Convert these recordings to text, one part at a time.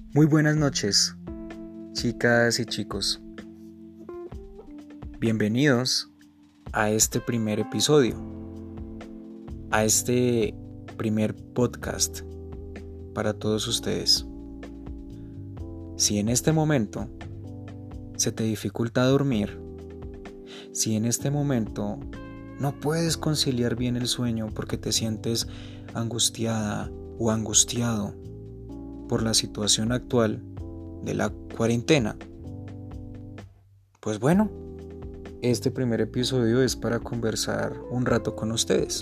Muy buenas noches, chicas y chicos. Bienvenidos a este primer episodio, a este primer podcast para todos ustedes. Si en este momento se te dificulta dormir, si en este momento no puedes conciliar bien el sueño porque te sientes angustiada o angustiado por la situación actual de la cuarentena, pues bueno, este primer episodio es para conversar un rato con ustedes,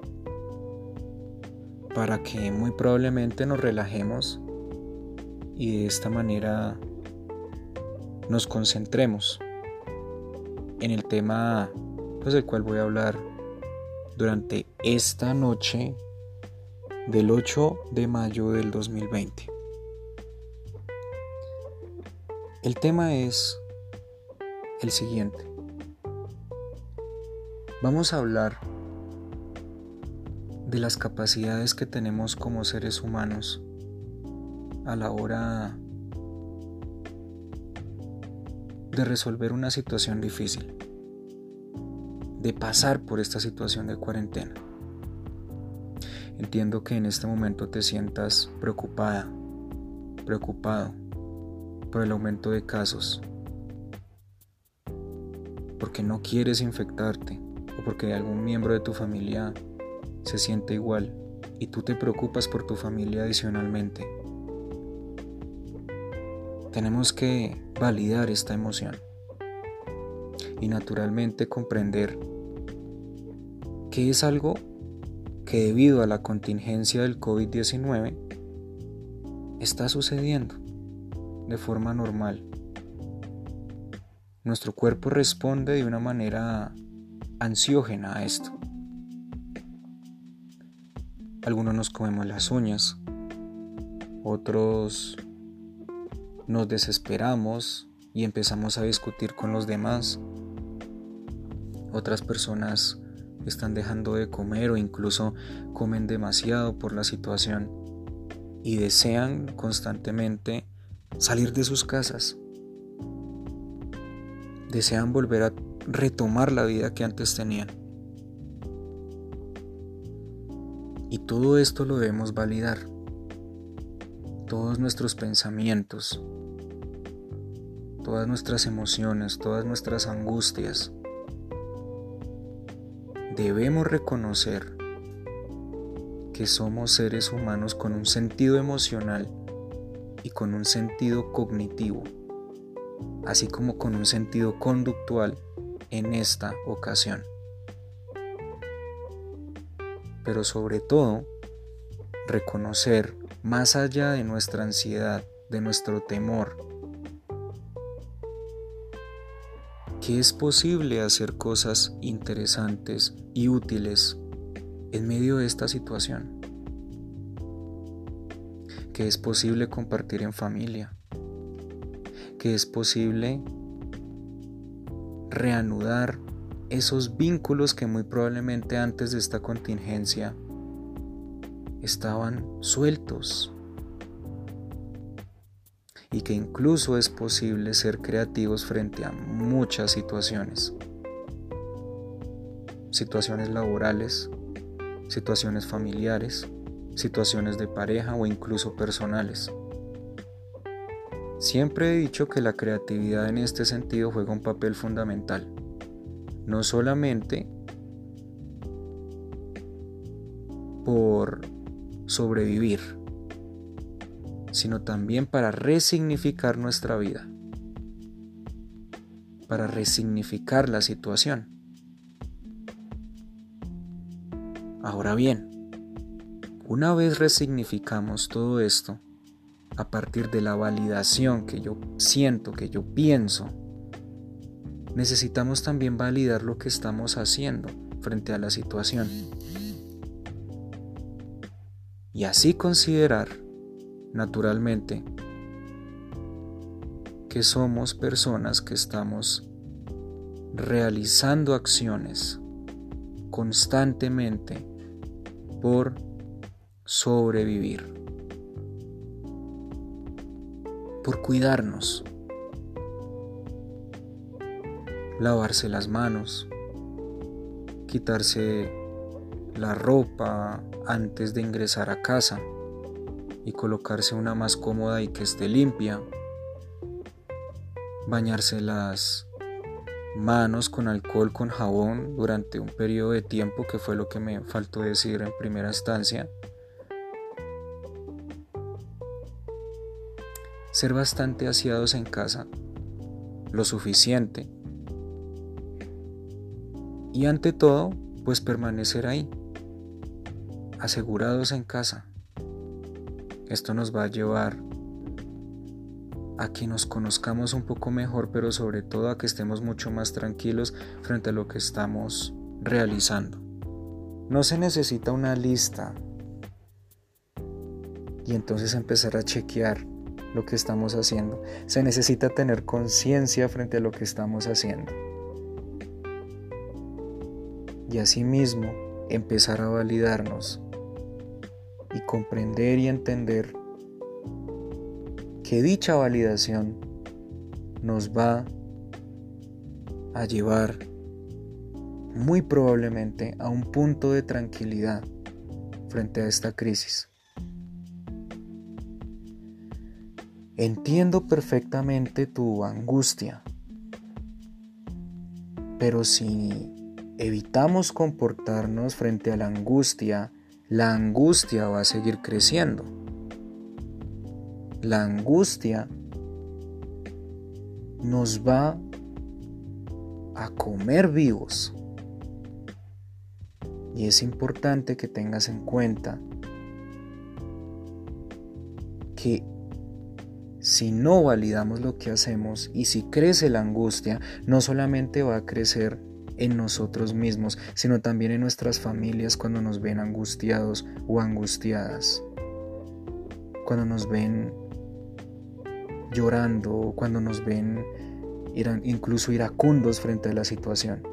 para que muy probablemente nos relajemos y de esta manera nos concentremos en el tema del cual voy a hablar durante esta noche del 8 de mayo del 2020. El tema es el siguiente. Vamos a hablar de las capacidades que tenemos como seres humanos a la hora de resolver una situación difícil, de pasar por esta situación de cuarentena. Entiendo que en este momento te sientas preocupado por el aumento de casos, porque no quieres infectarte o porque algún miembro de tu familia se siente igual y tú te preocupas por tu familia adicionalmente. Tenemos que validar esta emoción y naturalmente comprender que es algo que debido a la contingencia del COVID-19 está sucediendo de forma normal. Nuestro cuerpo responde de una manera ansiógena a esto. Algunos nos comemos las uñas, otros nos desesperamos y empezamos a discutir con los demás. Otras personas están dejando de comer o incluso comen demasiado por la situación y desean constantemente salir de sus casas. Desean volver a retomar la vida que antes tenían. Y todo esto lo debemos validar. Todos nuestros pensamientos, todas nuestras emociones, todas nuestras angustias. Debemos reconocer que somos seres humanos con un sentido emocional y con un sentido cognitivo, así como con un sentido conductual en esta ocasión. Pero sobre todo, reconocer más allá de nuestra ansiedad, de nuestro temor, que es posible hacer cosas interesantes y útiles en medio de esta situación, que es posible compartir en familia, que es posible reanudar esos vínculos que muy probablemente antes de esta contingencia estaban sueltos, y que incluso es posible ser creativos frente a muchas situaciones laborales, situaciones familiares, situaciones de pareja o incluso personales. Siempre he dicho que la creatividad en este sentido juega un papel fundamental, no solamente por sobrevivir, sino también para resignificar nuestra vida, para resignificar la situación. Ahora bien, una vez resignificamos todo esto, a partir de la validación que yo siento, que yo pienso, necesitamos también validar lo que estamos haciendo frente a la situación. Y así considerar, naturalmente, que somos personas que estamos realizando acciones constantemente por sobrevivir. por cuidarnos. Lavarse las manos, quitarse la ropa antes de ingresar a casa y colocarse una más cómoda y que esté limpia. Bañarse las manos con alcohol, con jabón durante un periodo de tiempo, que fue lo que me faltó decir en primera instancia. Ser bastante aseados en casa, lo suficiente. Y ante todo, pues permanecer ahí, asegurados en casa. Esto nos va a llevar a que nos conozcamos un poco mejor, pero sobre todo a que estemos mucho más tranquilos frente a lo que estamos realizando. No se necesita una lista y entonces empezar a chequear lo que estamos haciendo. Se necesita tener conciencia frente a lo que estamos haciendo. Y asimismo empezar a validarnos y comprender y entender que dicha validación nos va a llevar muy probablemente a un punto de tranquilidad frente a esta crisis. Entiendo perfectamente tu angustia, pero si evitamos comportarnos frente a la angustia va a seguir creciendo. La angustia nos va a comer vivos. Y es importante que tengas en cuenta que si no validamos lo que hacemos y si crece la angustia, no solamente va a crecer en nosotros mismos, sino también en nuestras familias cuando nos ven angustiados o angustiadas, cuando nos ven llorando, cuando nos ven incluso iracundos frente a la situación.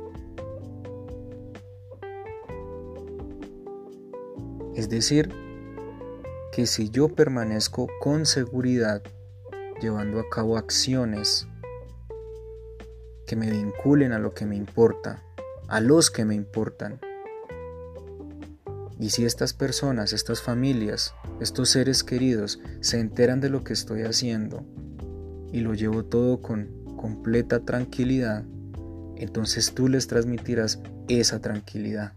Es decir, que si yo permanezco con seguridad llevando a cabo acciones que me vinculen a lo que me importa, a los que me importan. Y si estas personas, estas familias, estos seres queridos se enteran de lo que estoy haciendo y lo llevo todo con completa tranquilidad, entonces tú les transmitirás esa tranquilidad.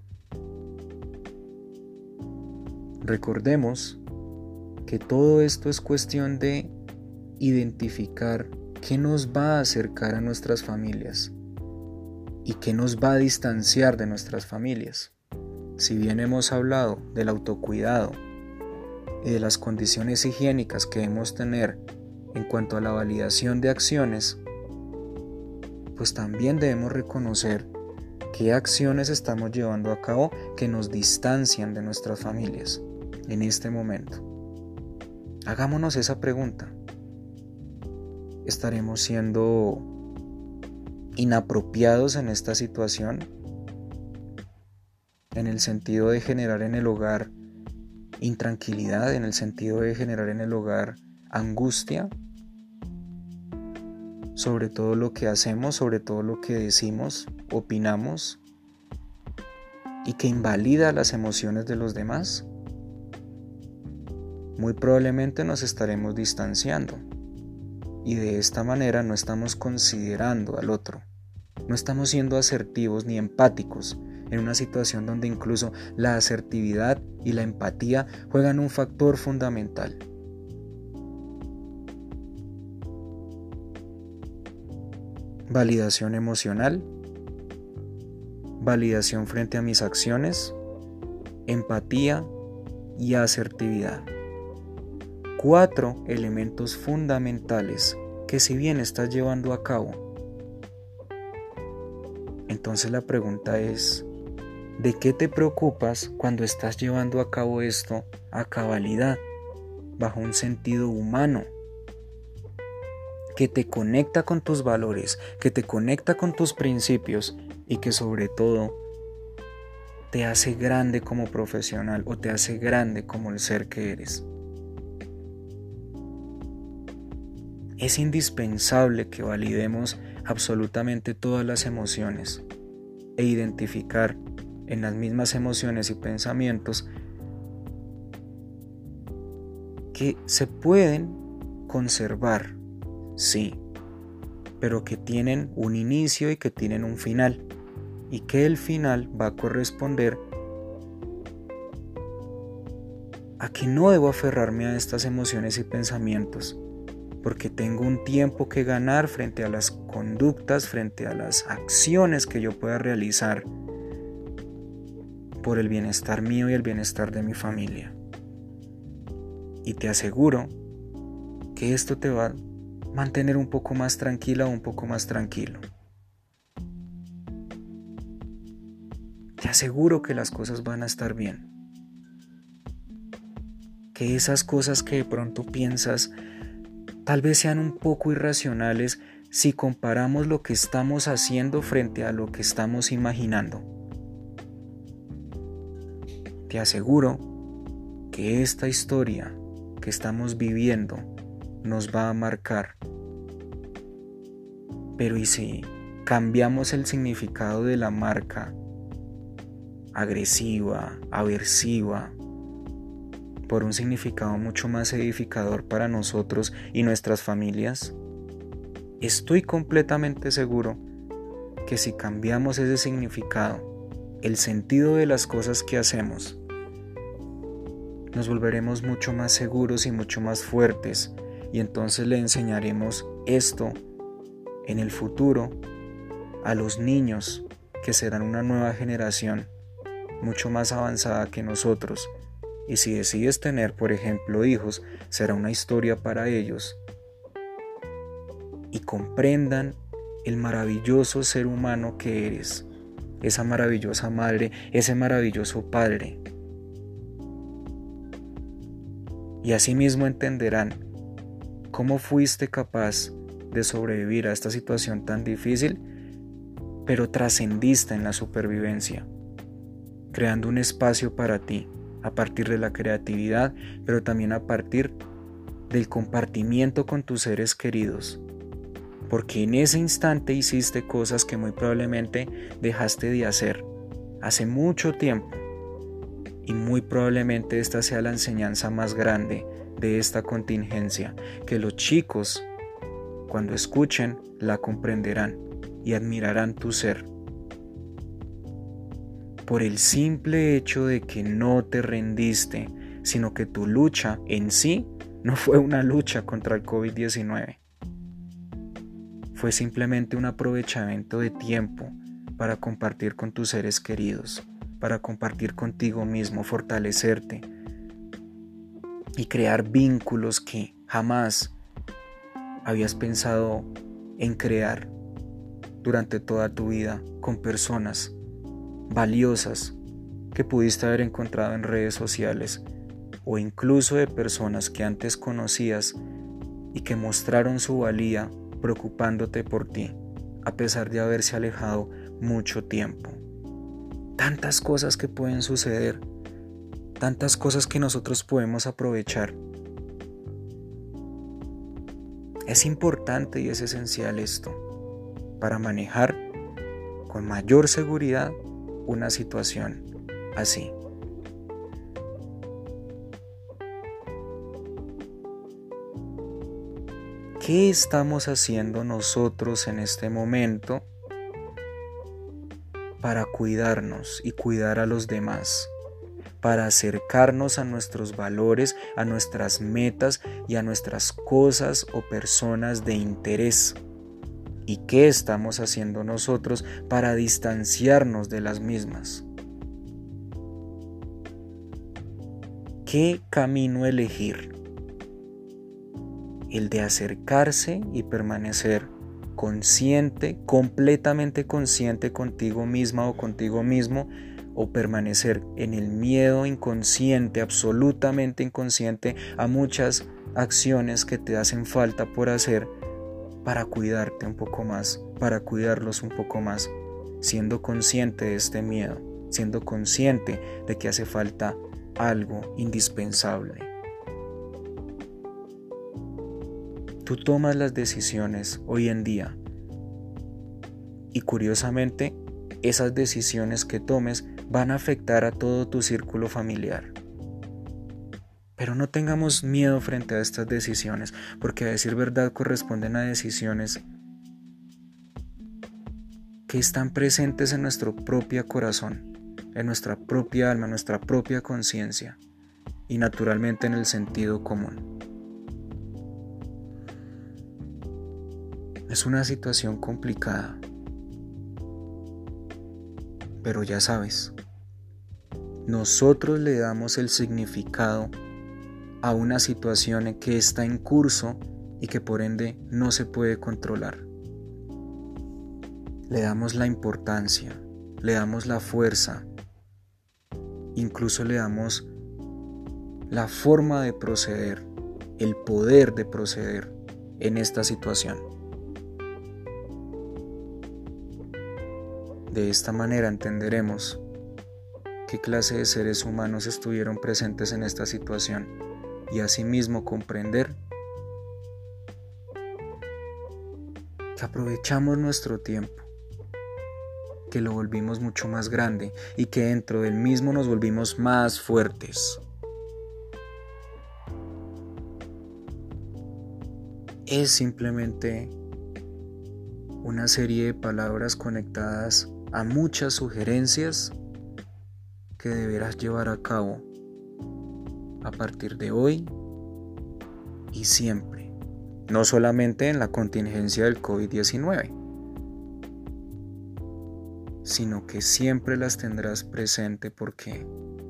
Recordemos que todo esto es cuestión de identificar qué nos va a acercar a nuestras familias y qué nos va a distanciar de nuestras familias. Si bien hemos hablado del autocuidado y de las condiciones higiénicas que debemos tener en cuanto a la validación de acciones, pues también debemos reconocer qué acciones estamos llevando a cabo que nos distancian de nuestras familias en este momento. Hagámonos esa pregunta. ¿Estaremos siendo inapropiados en esta situación? En el sentido de generar en el hogar intranquilidad, en el sentido de generar en el hogar angustia, sobre todo lo que hacemos, sobre todo lo que decimos, opinamos, y que invalida las emociones de los demás. Muy probablemente nos estaremos distanciando. Y de esta manera no estamos considerando al otro, no estamos siendo asertivos ni empáticos en una situación donde incluso la asertividad y la empatía juegan un factor fundamental. Validación emocional, validación frente a mis acciones, empatía y asertividad. 4 elementos fundamentales que si bien estás llevando a cabo, entonces la pregunta es, ¿de qué te preocupas cuando estás llevando a cabo esto a cabalidad, bajo un sentido humano, que te conecta con tus valores, que te conecta con tus principios y que sobre todo te hace grande como profesional o te hace grande como el ser que eres? Es indispensable que validemos absolutamente todas las emociones e identificar en las mismas emociones y pensamientos que se pueden conservar, sí, pero que tienen un inicio y que tienen un final, y que el final va a corresponder a que no debo aferrarme a estas emociones y pensamientos, porque tengo un tiempo que ganar frente a las conductas, frente a las acciones que yo pueda realizar por el bienestar mío y el bienestar de mi familia. Y te aseguro que esto te va a mantener un poco más tranquila o un poco más tranquilo. Te aseguro que las cosas van a estar bien. Que esas cosas que de pronto piensas tal vez sean un poco irracionales si comparamos lo que estamos haciendo frente a lo que estamos imaginando. Te aseguro que esta historia que estamos viviendo nos va a marcar. Pero ¿y si cambiamos el significado de la marca agresiva, aversiva, por un significado mucho más edificador para nosotros y nuestras familias? Estoy completamente seguro que si cambiamos ese significado, el sentido de las cosas que hacemos, nos volveremos mucho más seguros y mucho más fuertes, y entonces le enseñaremos esto en el futuro a los niños, que serán una nueva generación mucho más avanzada que nosotros. Y si decides tener, por ejemplo, hijos, será una historia para ellos, y comprendan el maravilloso ser humano que eres, esa maravillosa madre, ese maravilloso padre. Y asimismo entenderán cómo fuiste capaz de sobrevivir a esta situación tan difícil, pero trascendiste en la supervivencia, creando un espacio para ti, a partir de la creatividad, pero también a partir del compartimiento con tus seres queridos. Porque en ese instante hiciste cosas que muy probablemente dejaste de hacer hace mucho tiempo. Y muy probablemente esta sea la enseñanza más grande de esta contingencia, que los chicos, cuando escuchen, la comprenderán y admirarán tu ser. Por el simple hecho de que no te rendiste, sino que tu lucha en sí no fue una lucha contra el COVID-19. Fue simplemente un aprovechamiento de tiempo para compartir con tus seres queridos, para compartir contigo mismo, fortalecerte y crear vínculos que jamás habías pensado en crear durante toda tu vida con personas valiosas que pudiste haber encontrado en redes sociales, o incluso de personas que antes conocías y que mostraron su valía preocupándote por ti, a pesar de haberse alejado mucho tiempo. Tantas cosas que pueden suceder, tantas cosas que nosotros podemos aprovechar. Es importante y es esencial esto para manejar con mayor seguridad una situación así. ¿Qué estamos haciendo nosotros en este momento para cuidarnos y cuidar a los demás? Para acercarnos a nuestros valores, a nuestras metas y a nuestras cosas o personas de interés. ¿Y qué estamos haciendo nosotros para distanciarnos de las mismas? ¿Qué camino elegir? El de acercarse y permanecer consciente, completamente consciente contigo misma o contigo mismo, o permanecer en el miedo inconsciente, absolutamente inconsciente, a muchas acciones que te hacen falta por hacer para cuidarte un poco más, para cuidarlos un poco más, siendo consciente de este miedo, siendo consciente de que hace falta algo indispensable. Tú tomas las decisiones hoy en día y curiosamente esas decisiones que tomes van a afectar a todo tu círculo familiar. Pero no tengamos miedo frente a estas decisiones, porque a decir verdad corresponden a decisiones que están presentes en nuestro propio corazón, en nuestra propia alma, en nuestra propia conciencia y naturalmente en el sentido común. Es una situación complicada, pero ya sabes, nosotros le damos el significado a una situación que está en curso y que por ende no se puede controlar. Le damos la importancia, le damos la fuerza, incluso le damos la forma de proceder, el poder de proceder en esta situación. De esta manera entenderemos qué clase de seres humanos estuvieron presentes en esta situación y asimismo comprender que aprovechamos nuestro tiempo, que lo volvimos mucho más grande y que dentro del mismo nos volvimos más fuertes. Es simplemente una serie de palabras conectadas a muchas sugerencias que deberás llevar a cabo a partir de hoy y siempre, no solamente en la contingencia del COVID-19, sino que siempre las tendrás presente porque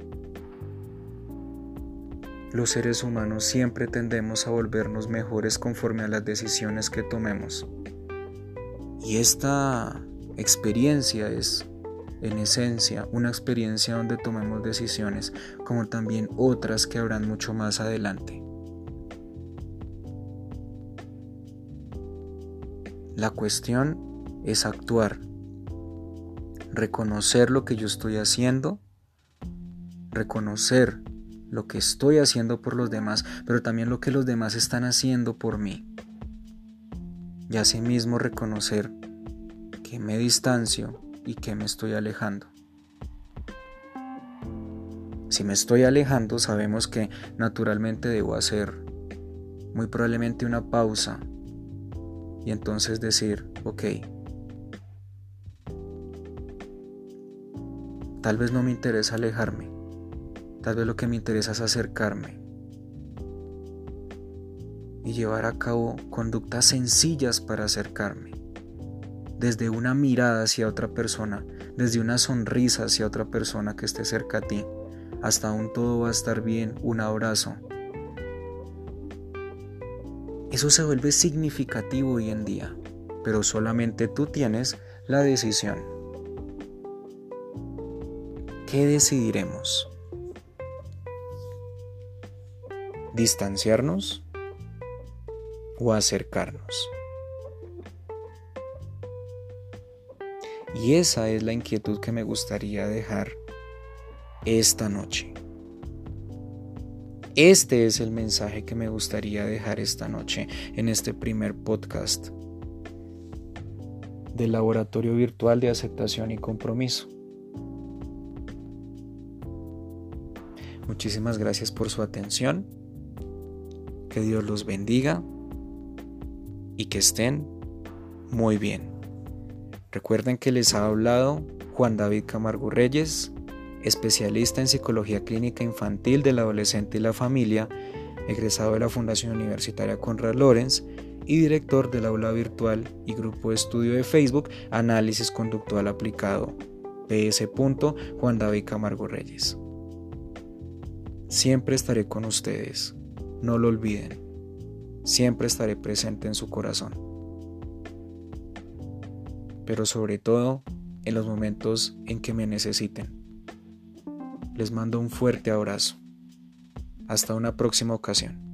los seres humanos siempre tendemos a volvernos mejores conforme a las decisiones que tomemos. Y esta experiencia es, en esencia, una experiencia donde tomemos decisiones, como también otras que habrán mucho más adelante. La cuestión es actuar, reconocer lo que yo estoy haciendo, reconocer lo que estoy haciendo por los demás, pero también lo que los demás están haciendo por mí. Y asimismo reconocer que me distancio y que me estoy alejando. Si me estoy alejando, sabemos que naturalmente debo hacer muy probablemente una pausa y entonces decir, ok, tal vez no me interesa alejarme, tal vez lo que me interesa es acercarme y llevar a cabo conductas sencillas para acercarme. Desde una mirada hacia otra persona, desde una sonrisa hacia otra persona que esté cerca a ti, hasta un todo va a estar bien, un abrazo. Eso se vuelve significativo hoy en día, pero solamente tú tienes la decisión. ¿Qué decidiremos? ¿Distanciarnos o acercarnos? Y esa es la inquietud que me gustaría dejar esta noche. Este es el mensaje que me gustaría dejar esta noche en este primer podcast del Laboratorio Virtual de Aceptación y Compromiso. Muchísimas gracias por su atención. Que Dios los bendiga y que estén muy bien. Recuerden que les ha hablado Juan David Camargo Reyes, especialista en psicología clínica infantil del adolescente y la familia, egresado de la Fundación Universitaria Konrad Lorenz y director del aula virtual y grupo de estudio de Facebook Análisis Conductual Aplicado, PS. Juan David Camargo Reyes. Siempre estaré con ustedes, no lo olviden, siempre estaré presente en su corazón. Pero sobre todo en los momentos en que me necesiten. Les mando un fuerte abrazo. Hasta una próxima ocasión.